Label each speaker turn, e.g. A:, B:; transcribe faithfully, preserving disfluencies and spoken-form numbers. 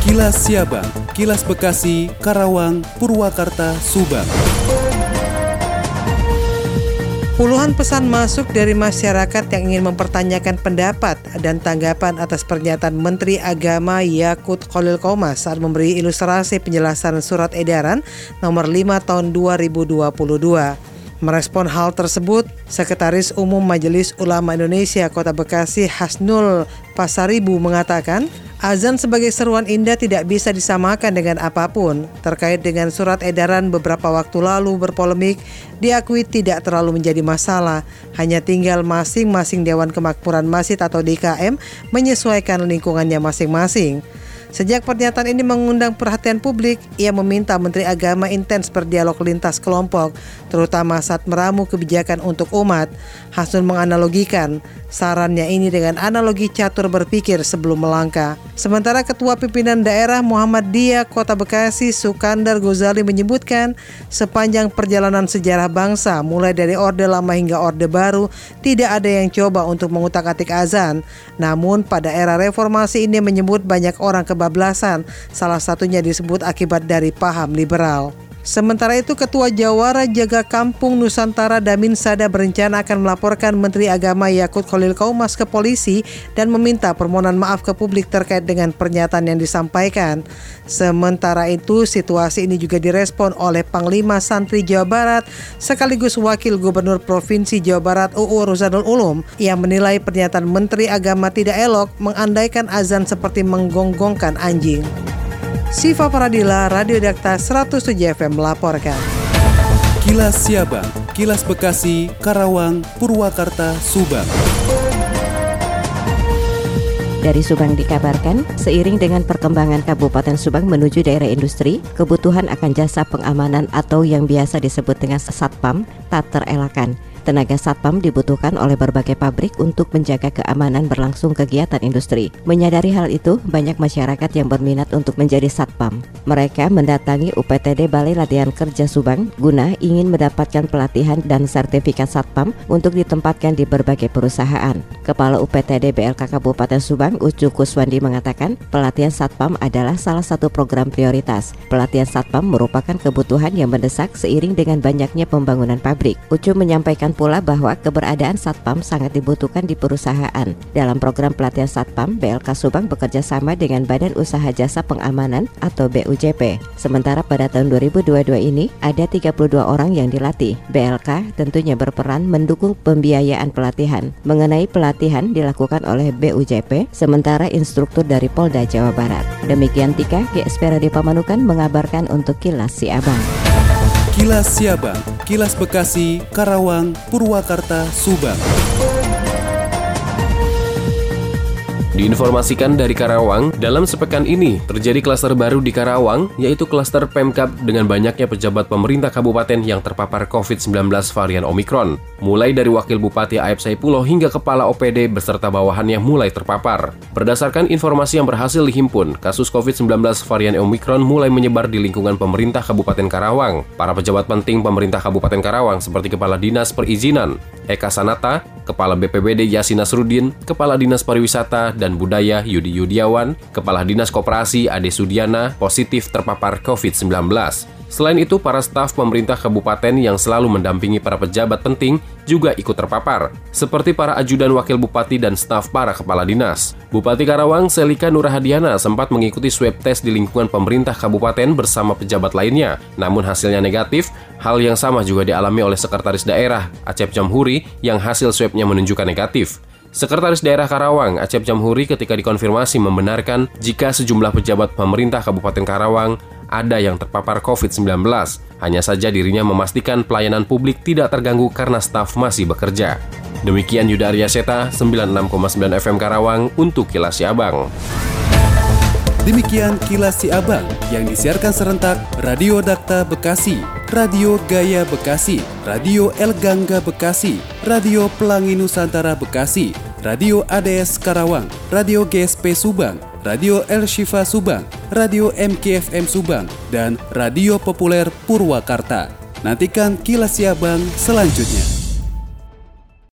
A: Kilas Siabang, Kilas Bekasi, Karawang, Purwakarta, Subang.
B: Puluhan pesan masuk dari masyarakat yang ingin mempertanyakan pendapat dan tanggapan atas pernyataan Menteri Agama Yakut Khalil Qomas saat memberi ilustrasi penjelasan surat edaran nomor lima tahun dua ribu dua puluh dua. Merespon hal tersebut, Sekretaris Umum Majelis Ulama Indonesia Kota Bekasi Hasnul Pasaribu mengatakan, azan sebagai seruan indah tidak bisa disamakan dengan apapun. Terkait dengan surat edaran beberapa waktu lalu berpolemik, diakui tidak terlalu menjadi masalah. Hanya tinggal masing-masing Dewan Kemakmuran Masjid atau D K M menyesuaikan lingkungannya masing-masing. Sejak pernyataan ini mengundang perhatian publik, ia meminta Menteri Agama intens berdialog lintas kelompok, terutama saat meramu kebijakan untuk umat. Hasnul menganalogikan sarannya ini dengan analogi catur berpikir sebelum melangkah. Sementara Ketua Pimpinan Daerah Muhammadiyah Kota Bekasi Sukandar Ghazali menyebutkan, sepanjang perjalanan sejarah bangsa, mulai dari Orde Lama hingga Orde Baru, tidak ada yang coba untuk mengutak-atik azan. Namun pada era reformasi ini menyebut banyak orang kebablasan, salah satunya disebut akibat dari paham liberal. Sementara itu, Ketua Jawara Jaga Kampung Nusantara Damin Sada berencana akan melaporkan Menteri Agama Yakut Khalil Qomas ke polisi dan meminta permohonan maaf ke publik terkait dengan pernyataan yang disampaikan. Sementara itu, situasi ini juga direspon oleh Panglima Santri Jawa Barat sekaligus Wakil Gubernur Provinsi Jawa Barat U U Ruzanul Ulum yang menilai pernyataan Menteri Agama tidak elok, mengandaikan azan seperti menggonggongkan anjing. Siva Paradila, Radio Dakta seratus tujuh F M melaporkan.
A: Kilas Siabang, Kilas Bekasi, Karawang, Purwakarta, Subang.
C: Dari Subang dikabarkan, seiring dengan perkembangan Kabupaten Subang menuju daerah industri, kebutuhan akan jasa pengamanan atau yang biasa disebut dengan satpam tak terelakkan. Tenaga satpam dibutuhkan oleh berbagai pabrik untuk menjaga keamanan berlangsung kegiatan industri. Menyadari hal itu, banyak masyarakat yang berminat untuk menjadi satpam. Mereka mendatangi U P T D Balai Latihan Kerja Subang guna ingin mendapatkan pelatihan dan sertifikat satpam untuk ditempatkan di berbagai perusahaan. Kepala U P T D B L K Kabupaten Subang, Ucu Kuswandi mengatakan, pelatihan satpam adalah salah satu program prioritas. Pelatihan satpam merupakan kebutuhan yang mendesak seiring dengan banyaknya pembangunan pabrik. Ucu menyampaikan pula bahwa keberadaan satpam sangat dibutuhkan di perusahaan. Dalam program pelatihan satpam, B L K Subang bekerja sama dengan Badan Usaha Jasa Pengamanan atau B U J P. Sementara pada tahun dua ribu dua puluh dua ini ada tiga puluh dua orang yang dilatih. B L K tentunya berperan mendukung pembiayaan pelatihan. Mengenai pelatihan dilakukan oleh B U J P, sementara instruktur dari Polda Jawa Barat. Demikian Tika, G S P Radio Pamanukan mengabarkan untuk Kilas Siabang.
A: Kilas Siabang, Kilas Bekasi, Karawang, Purwakarta, Subang.
D: Diinformasikan dari Karawang, dalam sepekan ini terjadi klaster baru di Karawang, yaitu klaster Pemkab dengan banyaknya pejabat pemerintah kabupaten yang terpapar covid sembilan belas varian Omikron. Mulai dari Wakil Bupati Aep Saipuloh hingga Kepala O P D beserta bawahannya mulai terpapar. Berdasarkan informasi yang berhasil dihimpun, kasus covid sembilan belas varian Omikron mulai menyebar di lingkungan pemerintah Kabupaten Karawang. Para pejabat penting pemerintah Kabupaten Karawang seperti Kepala Dinas Perizinan Eka Sanata, Kepala B P B D Yasin Nasruddin, Kepala Dinas Pariwisata dan Budaya Yudi Yudiawan, Kepala Dinas Koperasi Ade Sudiana positif terpapar covid sembilan belas. Selain itu, para staf pemerintah kabupaten yang selalu mendampingi para pejabat penting juga ikut terpapar, seperti para ajudan wakil bupati dan staf para kepala dinas. Bupati Karawang, Selika Nurhadiana, sempat mengikuti swab test di lingkungan pemerintah kabupaten bersama pejabat lainnya, namun hasilnya negatif. Hal yang sama juga dialami oleh Sekretaris Daerah Acep Jamhuri yang hasil swabnya menunjukkan negatif. Sekretaris Daerah Karawang, Acep Jamhuri, ketika dikonfirmasi membenarkan jika sejumlah pejabat pemerintah Kabupaten Karawang ada yang terpapar covid sembilan belas. Hanya saja dirinya memastikan pelayanan publik tidak terganggu karena staf masih bekerja. Demikian Yuda Arya Seta, sembilan puluh enam koma sembilan F M Karawang untuk Kilas Siabang.
A: Demikian Kilas Siabang yang disiarkan serentak Radio Dakta Bekasi, Radio Gaya Bekasi, Radio El Gangga Bekasi, Radio Pelangi Nusantara Bekasi, Radio A D S Karawang, Radio G S P Subang, Radio El Shifa Subang, Radio M K F M Subang, dan Radio Populer Purwakarta. Nantikan Kilas Siabang selanjutnya.